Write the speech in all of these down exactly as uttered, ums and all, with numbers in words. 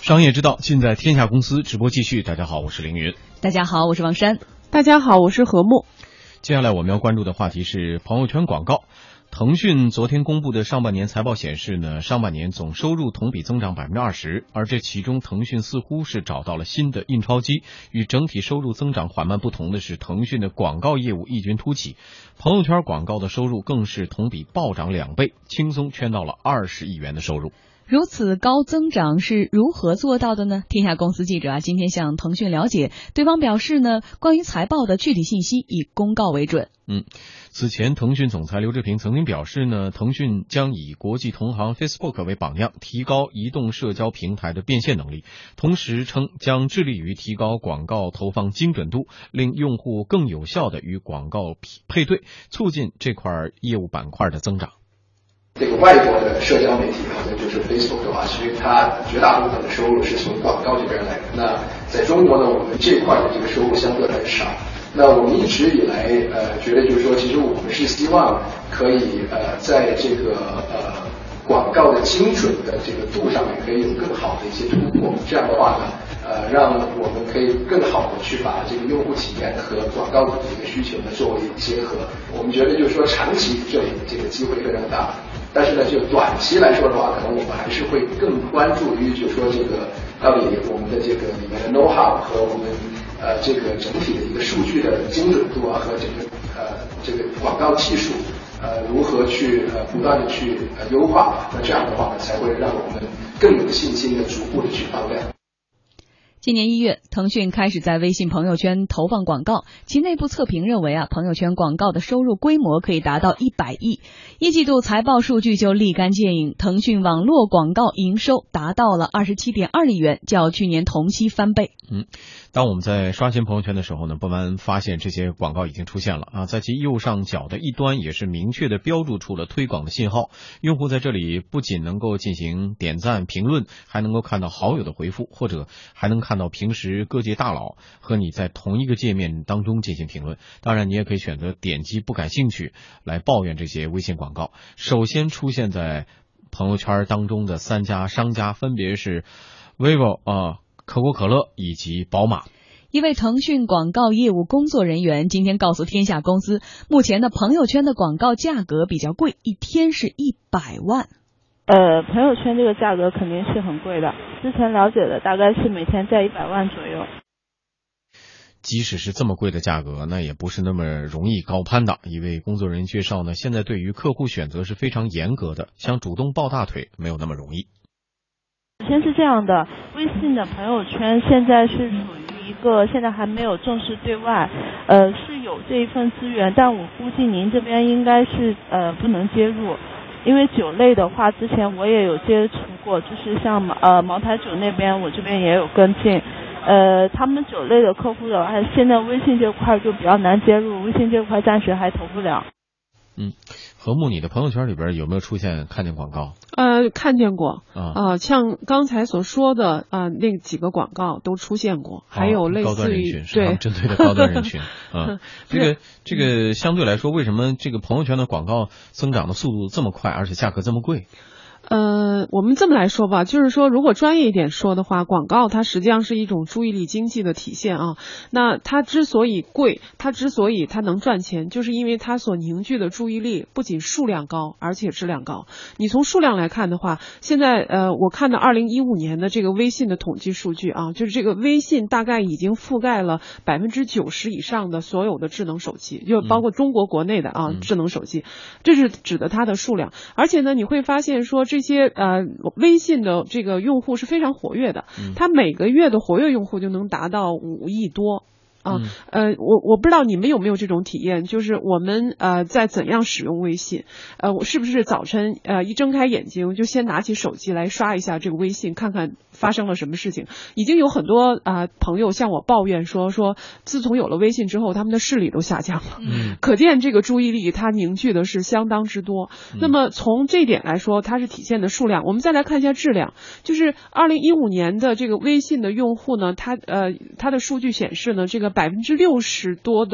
商业之道尽在天下公司，直播继续。大家好，我是凌云。 大家好，我是王珊。 大家好，我是何木。 接下来我们要关注的话题是朋友圈广告。腾讯昨天公布的上半年财报显示呢，上半年总收入同比增长百分之二十，而这其中腾讯似乎是找到了新的印钞机。与整体收入增长缓慢不同的是，腾讯的广告业务异军突起，朋友圈广告的收入更是同比暴涨两倍，轻松圈到了二十亿元的收入。 如此高增长是如何做到的呢？天下公司记者啊，今天向腾讯了解，对方表示呢，关于财报的具体信息以公告为准。 嗯，此前腾讯总裁刘志平曾经表示呢，腾讯将以国际同行 Facebook 为榜样，提高移动社交平台的变现能力，同时称将致力于提高广告投放精准度，令用户更有效地与广告配对，促进这块业务板块的增长。 这个外国的社交媒体，好像就是 Facebook 的话，其实它绝大部分的收入是从广告这边来的。那在中国呢，我们这块的这个收入相对很少。那我们一直以来，呃，觉得就是说，其实我们是希望可以，呃，在这个呃广告的精准的这个度上面，可以有更好的一些突破。这样的话呢，呃，让我们可以更好的去把这个用户体验和广告主的一个需求呢作为结合。我们觉得就是说，长期这里这个机会非常大。但是呢，就短期来说的话，可能我们还是会更关注于，就是说这个到底我们的这个里面的 know how 和我们呃这个整体的一个数据的精准度啊，和整个呃这个广告技术呃如何去呃不断的去呃优化。那这样的话呢，才会让我们更有信心的逐步的去放量。 今年一月，腾讯开始在微信朋友圈投放广告，其内部测评认为啊，朋友圈广告的收入规模可以达到一百亿。一季度财报数据就立竿见影，腾讯网络广告营收达到了 二十七点二亿元，较去年同期翻倍。 嗯，当我们在刷新朋友圈的时候呢，不难发现这些广告已经出现了啊，在其右上角的一端也是明确的标注出了推广的信号。用户在这里不仅能够进行点赞评论，还能够看到好友的回复，或者还能看到平时各界大佬和你在同一个界面当中进行评论。当然你也可以选择点击不感兴趣来抱怨这些微信广告。首先出现在朋友圈当中的三家商家分别是 vivo 啊、呃、可口可乐以及宝马。 一位腾讯广告业务工作人员今天告诉天下公司，目前的朋友圈的广告价格比较贵，一天是一百万。 呃，朋友圈这个价格肯定是很贵的，之前了解的大概是每天在一百万左右。 即使是这么贵的价格，那也不是那么容易高攀的。一位工作人员介绍呢，现在对于客户选择是非常严格的，想主动抱大腿没有那么容易。 首先是这样的，微信的朋友圈现在是处于一个现在还没有正式对外，呃，是有这一份资源，但我估计您这边应该是呃不能接入。因为酒类的话，之前我也有接触过，就是像呃茅台酒那边，我这边也有跟进。呃，他们酒类的客户的话，现在微信这块就比较难接入，微信这块暂时还投不了。 嗯，何木，你的朋友圈里边有没有出现看见广告？ 呃，看见过啊、 呃，像刚才所说的啊、呃，那几个广告都出现过，还有类似于、 高端人群，是他们针对的高端人群啊。这个这个相对来说，为什么这个朋友圈的广告增长的速度这么快，而且价格这么贵？ 呃，我们这么来说吧，就是说，如果专业一点说的话，广告它实际上是一种注意力经济的体现啊。那它之所以贵，它之所以它能赚钱，就是因为它所凝聚的注意力不仅数量高，而且质量高。你从数量来看的话，现在呃，我看到二零一五年的这个微信的统计数据啊，就是这个微信大概已经覆盖了百分之九十以上的所有的智能手机，就包括中国国内的啊、嗯、智能手机，这是指的它的数量。而且呢，你会发现说这些呃微信的这个用户是非常活跃的，它每个月的活跃用户就能达到五亿多。啊，呃，我我不知道你们有没有这种体验，就是我们呃在怎样使用微信，呃，我是不是早晨呃一睁开眼睛就先拿起手机来刷一下这个微信，看看发生了什么事情？已经有很多啊、呃、朋友向我抱怨说说，自从有了微信之后，他们的视力都下降了。嗯，可见这个注意力它凝聚的是相当之多。嗯、那么从这一点来说，它是体现的数量。我们再来看一下质量，就是二零一五年的这个微信的用户呢，它呃它的数据显示呢，这个百分之六十多的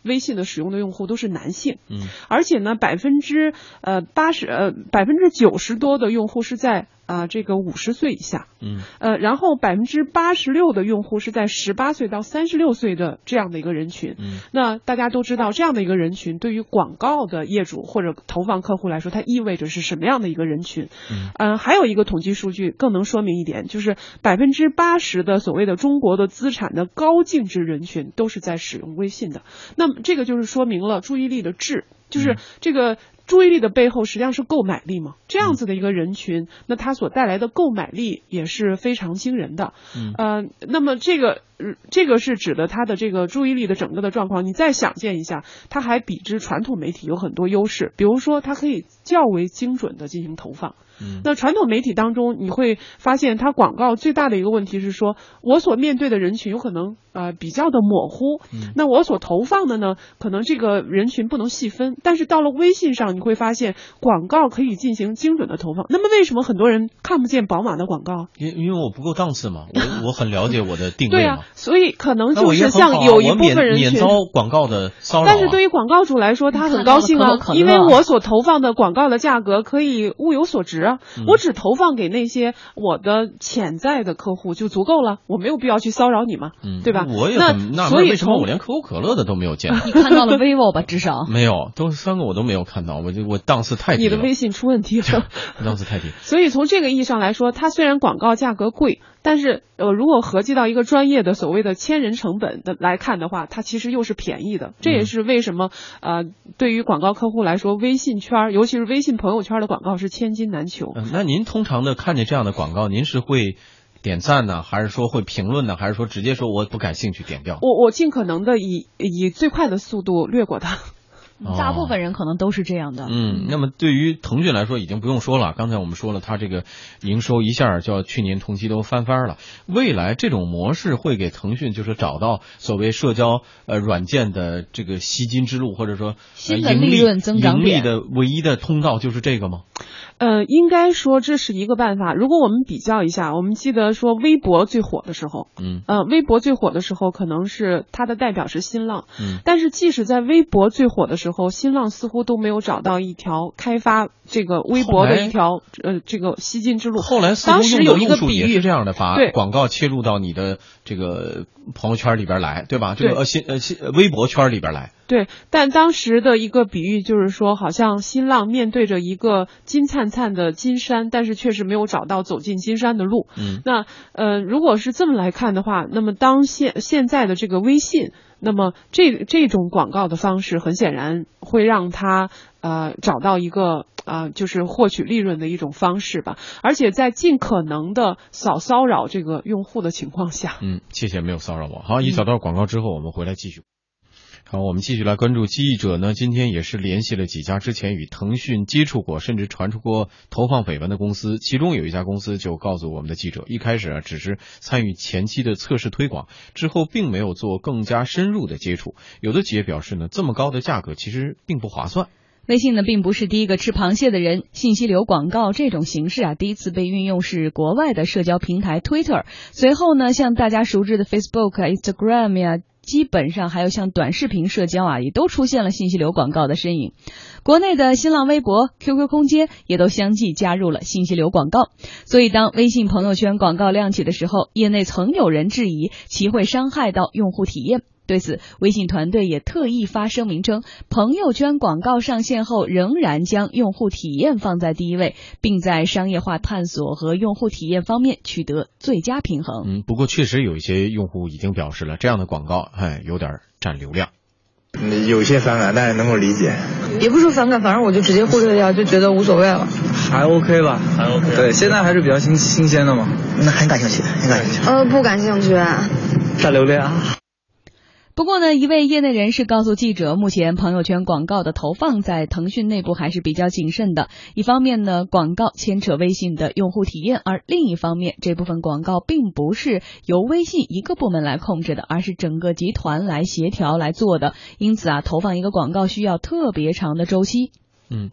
微信的使用的用户都是男性， 嗯， 而且呢，百分之呃八十呃百分之九十多的用户是在啊、呃、这个五十岁以下， 嗯， 呃，然后百分之八十六的用户是在十八岁到三十六岁的这样的一个人群， 嗯， 那大家都知道这样的一个人群对于广告的业主或者投放客户来说，它意味着是什么样的一个人群？ 嗯， 呃，还有一个统计数据更能说明一点，就是百分之八十的所谓的中国的资产的高净值人群都是在使用微信的。那么这个就是说明了注意力的质，就是这个注意力的背后实际上是购买力嘛。这样子的一个人群，那它所带来的购买力也是非常惊人的。 嗯， 呃，那么这个。这个是指的他的这个注意力的整个的状况，你再想见一下，它还比之传统媒体有很多优势，比如说它可以较为精准的进行投放。 嗯， 那传统媒体当中，你会发现它广告最大的一个问题是说，我所面对的人群有可能呃比较的模糊， 嗯， 那我所投放的呢，可能这个人群不能细分，但是到了微信上，你会发现广告可以进行精准的投放。那么为什么很多人看不见宝马的广告？ 因因为我不够档次嘛，我我很了解我的定位嘛。 对啊，所以可能就是像有一部分人群、 啊、免, 免遭广告的骚扰、啊， 但是对于广告主来说，他很高兴啊，因为我所投放的广告的价格可以物有所值啊，嗯、我只投放给那些我的潜在的客户就足够了，我没有必要去骚扰你嘛，嗯、对吧？ 我也很纳闷，为什么我连可口可乐的都没有见到？ 你看到了 vivo 吧？至少没有，都三个我都没有看到，我就我档次太低了。 你的微信出问题了， 档次太低。 所以从这个意义上来说，它虽然广告价格贵，但是呃，如果合计到一个专业的所谓的千人成本的来看的话，它其实又是便宜的。这也是为什么呃，对于广告客户来说，微信圈尤其是微信朋友圈的广告是千金难求。 嗯，那您通常的看见这样的广告，您是会点赞呢，还是说会评论呢，还是说直接说我不感兴趣点掉？ 我我尽可能的以以最快的速度略过它。 大部分人可能都是这样的。 嗯，那么对于腾讯来说已经不用说了，刚才我们说了，它这个营收一下就去年同期都翻番了。未来这种模式会给腾讯就是找到所谓社交呃软件的这个吸金之路，或者说新的利润增长点，盈利的唯一的通道就是这个吗？ 呃，应该说这是一个办法。如果我们比较一下，我们记得说微博最火的时候， 嗯， 呃，微博最火的时候可能是它的代表是新浪， 嗯， 但是即使在微博最火的时候，新浪似乎都没有找到一条开发这个微博的一条呃这个吸金之路。 后来似乎当时有一个比喻也是这样的，把对广告切入到你的这个朋友圈里边来，对吧？这个呃新呃新微博圈里边来。 对，但当时的一个比喻就是说，好像新浪面对着一个金灿灿的金山，但是确实没有找到走进金山的路。 嗯， 那呃，如果是这么来看的话，那么当现现在的这个微信，那么这这种广告的方式，很显然会让它呃找到一个呃就是获取利润的一种方式吧，而且在尽可能的少骚扰这个用户的情况下。 嗯，谢谢，没有骚扰我。好，一小段广告之后，我们回来继续。好，我们继续来关注记者呢，今天也是联系了几家之前与腾讯接触过，甚至传出过投放绯闻的公司，其中有一家公司就告诉我们的记者，一开始啊只是参与前期的测试推广，之后并没有做更加深入的接触。有的企业表示呢，这么高的价格其实并不划算。 微信呢并不是第一个吃螃蟹的人，信息流广告这种形式啊，第一次被运用是国外的社交平台 Twitter， 随后呢，像大家熟知的 Facebook、Instagram 呀，基本上还有像短视频社交啊，也都出现了信息流广告的身影。国内的新浪微博、Q Q 空间也都相继加入了信息流广告。所以当微信朋友圈广告亮起的时候，业内曾有人质疑其会伤害到用户体验。对此，微信团队也特意发声明称，朋友圈广告上线后仍然将用户体验放在第一位，并在商业化探索和用户体验方面取得最佳平衡。 嗯，不过确实有一些用户已经表示了，这样的广告哎有点占流量。 有些反感，但是能够理解。 也不说反感，反正我就直接忽略掉，就觉得无所谓了。 还 OK 吧，还 OK。对，现在还是比较新新鲜的嘛。 那很感兴趣，很感兴趣。 呃，不感兴趣。 占流量。 不过呢，一位业内人士告诉记者，目前朋友圈广告的投放在腾讯内部还是比较谨慎的。一方面呢，广告牵扯微信的用户体验，而另一方面，这部分广告并不是由微信一个部门来控制的，而是整个集团来协调来做的。因此啊，投放一个广告需要特别长的周期。 嗯，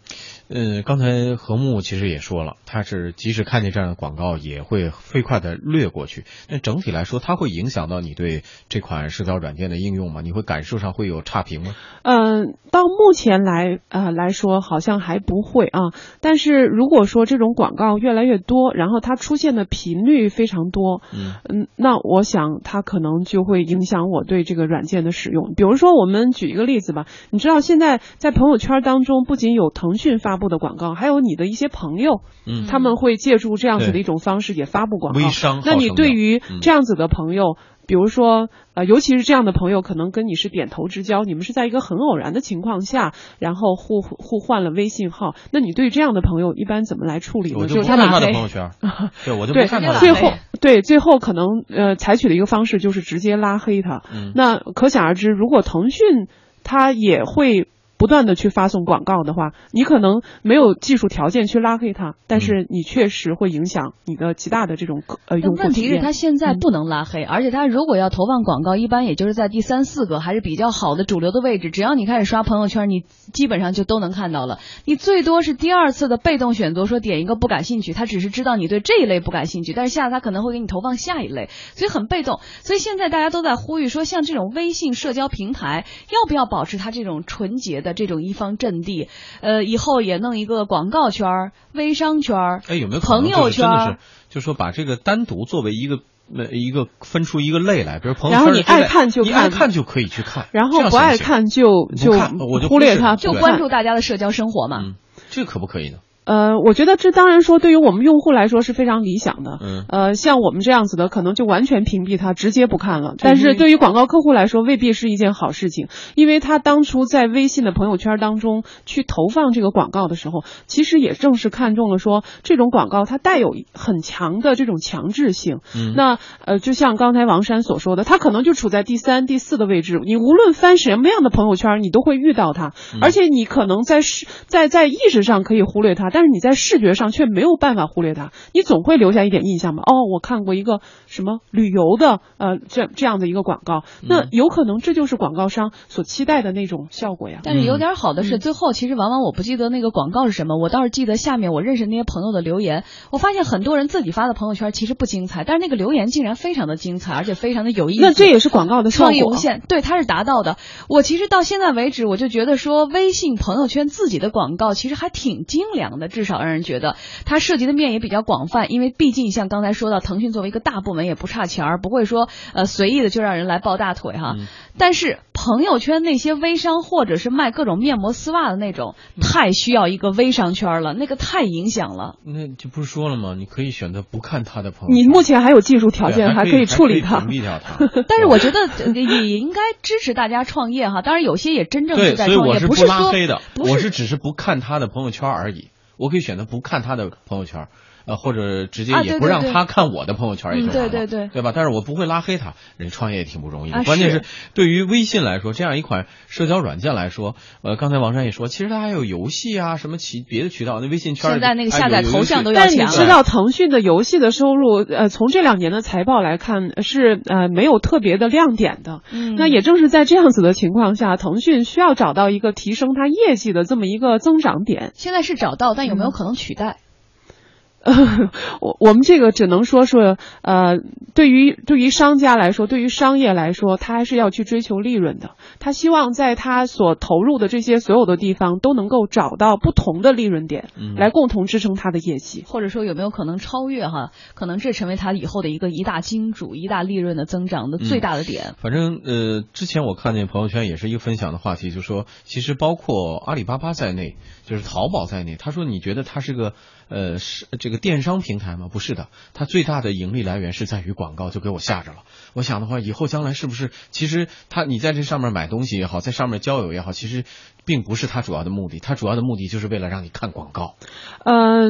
嗯，刚才何木其实也说了，他是即使看见这样的广告也会飞快的掠过去。那整体来说，它会影响到你对这款社交软件的应用吗？你会感受上会有差评吗？ 嗯、呃，到目前来呃来说，好像还不会啊。但是如果说这种广告越来越多，然后它出现的频率非常多，嗯嗯，那我想它可能就会影响我对这个软件的使用。比如说，我们举一个例子吧，你知道现在在朋友圈当中，不仅有腾讯发布的广告，还有你的一些朋友，嗯，他们会借助这样子的一种方式也发布广告。 微商， 那你对于这样子的朋友，嗯、比如说呃，尤其是这样的朋友，可能跟你是点头之交，你们是在一个很偶然的情况下，然后互互换了微信号。那你对这样的朋友一般怎么来处理呢？ 我就不看他的朋友圈，对，我就不看他的。 最后，对，最后可能呃采取的一个方式就是直接拉黑他。嗯、那可想而知，如果腾讯它也会不断的去发送广告的话，你可能没有技术条件去拉黑它，但是你确实会影响你的极大的这种呃用户体验。 问题是它现在不能拉黑，嗯、而且它如果要投放广告，一般也就是在第三四个还是比较好的主流的位置，只要你开始刷朋友圈，你基本上就都能看到了。你最多是第二次的被动选择，说点一个不感兴趣，它只是知道你对这一类不感兴趣，但是下次它可能会给你投放下一类，所以很被动。所以现在大家都在呼吁说，像这种微信社交平台，要不要保持它这种纯洁的这种一方阵地？呃，以后也弄一个广告圈、微商圈， 哎，有没有可能朋友圈？ 真的是，就说把这个单独作为一个。那一个分出一个类来，比如朋友圈， 然后你爱看就看， 你爱看就可以去看， 然后不爱看就就忽略它， 就关注大家的社交生活嘛。 嗯，这个可不可以呢？ 呃，我觉得这当然说对于我们用户来说是非常理想的。嗯，呃，像我们这样子的，可能就完全屏蔽它，直接不看了。但是对于广告客户来说，未必是一件好事情，因为他当初在微信的朋友圈当中去投放这个广告的时候，其实也正是看中了说这种广告它带有很强的这种强制性。嗯，那呃，就像刚才王珊所说的，它可能就处在第三、第四的位置，你无论翻什么样的朋友圈，你都会遇到它，嗯、而且你可能在视在在意识上可以忽略它。但是你在视觉上却没有办法忽略它，你总会留下一点印象吧？哦，我看过一个什么旅游的呃这这样的一个广告，那有可能这就是广告商所期待的那种效果呀。 但是有点好的是，最后其实往往我不记得那个广告是什么，我倒是记得下面我认识那些朋友的留言，我发现很多人自己发的朋友圈其实不精彩，但是那个留言竟然非常的精彩，而且非常的有意思。 那这也是广告的效果， 创意无限，对，它是达到的。我其实到现在为止，我就觉得说微信朋友圈自己的广告其实还挺精良的，至少让人觉得它涉及的面也比较广泛，因为毕竟像刚才说到，腾讯作为一个大部门也不差钱儿，不会说呃随意的就让人来抱大腿哈。嗯、但是朋友圈那些微商或者是卖各种面膜丝袜的那种，嗯、太需要一个微商圈了，那个太影响了。 那就不是说了吗？你可以选择不看他的朋友圈， 你目前还有技术条件， 还可以处理它， 屏蔽掉它。 但是我觉得也应该支持大家创业哈，当然有些也真正是在创业， 不是拉黑的， 不是我是只是不看他的朋友圈而已。我可以选择不看他的朋友圈，呃，或者直接也不让他看我的朋友圈也就完了， 啊、对对对， 对吧？但是我不会拉黑他，人创业也挺不容易的。啊、关键是对于微信来说，这样一款社交软件来说，呃，刚才王珊也说，其实它还有游戏啊，什么其别的渠道，那微信圈现在那个下载头像都要钱了。但你知道腾讯的游戏的收入，呃，从这两年的财报来看是呃没有特别的亮点的。嗯，那也正是在这样子的情况下，腾讯需要找到一个提升它业绩的这么一个增长点。 现在是找到，但有没有可能取代？嗯呃，我我们这个只能说是，呃，对于对于商家来说，对于商业来说，他还是要去追求利润的。他希望在他所投入的这些所有的地方都能够找到不同的利润点，嗯、来共同支撑他的业绩。 或者说有没有可能超越哈？可能这成为他以后的一个一大金主、一大利润的增长的最大的点。 嗯、反正呃，之前我看见朋友圈也是一个分享的话题，就说其实包括阿里巴巴在内，就是淘宝在内，他说你觉得它是个呃是这个电商平台吗？不是的，它最大的盈利来源是在于广告，就给我吓着了。我想的话，以后将来是不是其实它你在这上面买东西也好，在上面交友也好，其实并不是它主要的目的，它主要的目的就是为了让你看广告。 呃。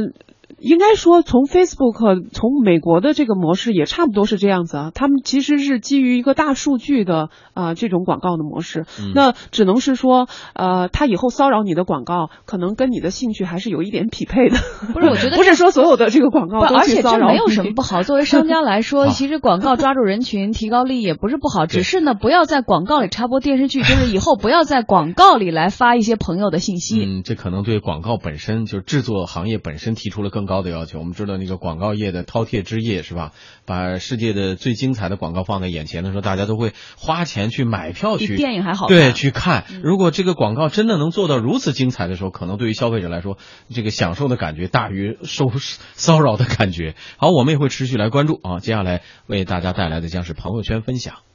应该说从 Facebook 从美国的这个模式也差不多是这样子啊，他们其实是基于一个大数据的啊、呃、这种广告的模式、嗯、那只能是说呃他以后骚扰你的广告可能跟你的兴趣还是有一点匹配的。 不是，我觉得不是说所有的这个广告都去骚扰你， 而且这没有什么不好，作为商家来说其实广告抓住人群提高利益也不是不好，只是呢不要在广告里插播电视剧，就是以后不要在广告里来发一些朋友的信息。 嗯，这可能对广告本身就是制作行业本身提出了更高的要求。我们知道那个广告业的饕餮之业是吧，把世界的最精彩的广告放在眼前的时候，大家都会花钱去买票去比电影还好看， 对，去看。如果这个广告真的能做到如此精彩的时候，可能对于消费者来说，这个享受的感觉大于受骚扰的感觉。好，我们也会持续来关注啊，接下来为大家带来的将是朋友圈分享。